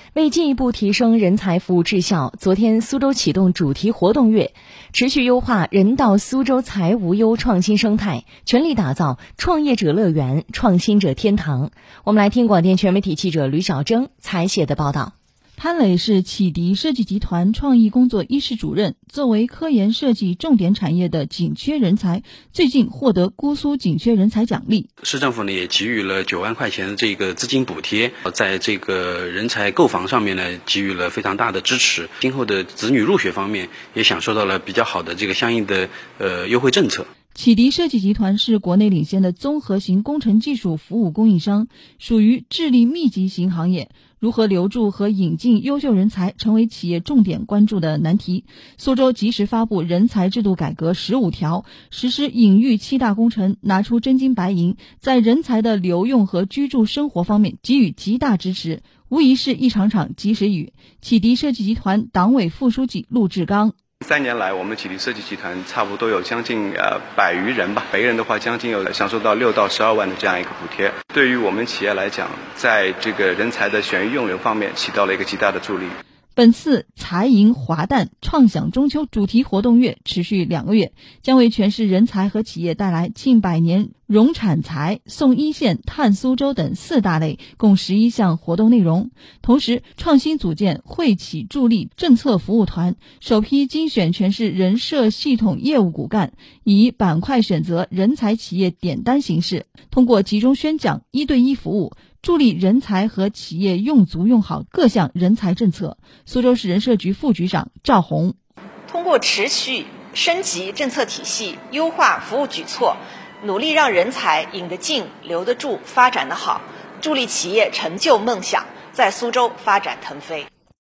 为进一步提升人才服务质效，昨天苏州启动主题活动月，持续优化人到苏州财无忧创新生态，全力打造创业者乐园、创新者天堂。我们来听广电全媒体记者吕小征采写的报道。 潘磊是启迪设计集团创意工作一室主任，作为科研设计重点产业的紧缺人才，最近获得姑苏紧缺人才奖励。 市政府呢也给予了9万块钱的这个资金补贴，在这个人才购房上面呢给予了非常大的支持，今后的子女入学方面也享受到了比较好的这个相应的优惠政策。 启迪设计集团是国内领先的综合型工程技术服务供应商，属于智力密集型行业。如何留住和引进优秀人才，成为企业重点关注的难题。苏州及时发布人才制度改革15条，实施隐喻7大工程，拿出真金白银，在人才的留用和居住生活方面给予极大支持，无疑是一场场及时雨。启迪设计集团党委副书记陆志刚 3年来，我们启迪设计集团差不多有将近100余人吧，每个人的话将近有享受到6到12万的这样一个补贴。对于我们企业来讲，在这个人才的选育用人方面起到了一个极大的助力。 本次财银华诞创享中秋主题活动月持续2个月，将为全市人才和企业带来庆百年、荣产才、送一线、探苏州等4大类，共11项活动内容。同时，创新组建惠企助力政策服务团，首批精选全市人社系统业务骨干，以板块选择人才企业点单形式，通过集中宣讲、1对1服务，助力人才和企业用足用好各项人才政策。苏州市人社局副局长赵红， 通过持续升级政策体系、优化服务举措，努力让人才引得进、留得住、发展得好，助力企业成就梦想，在苏州发展腾飞。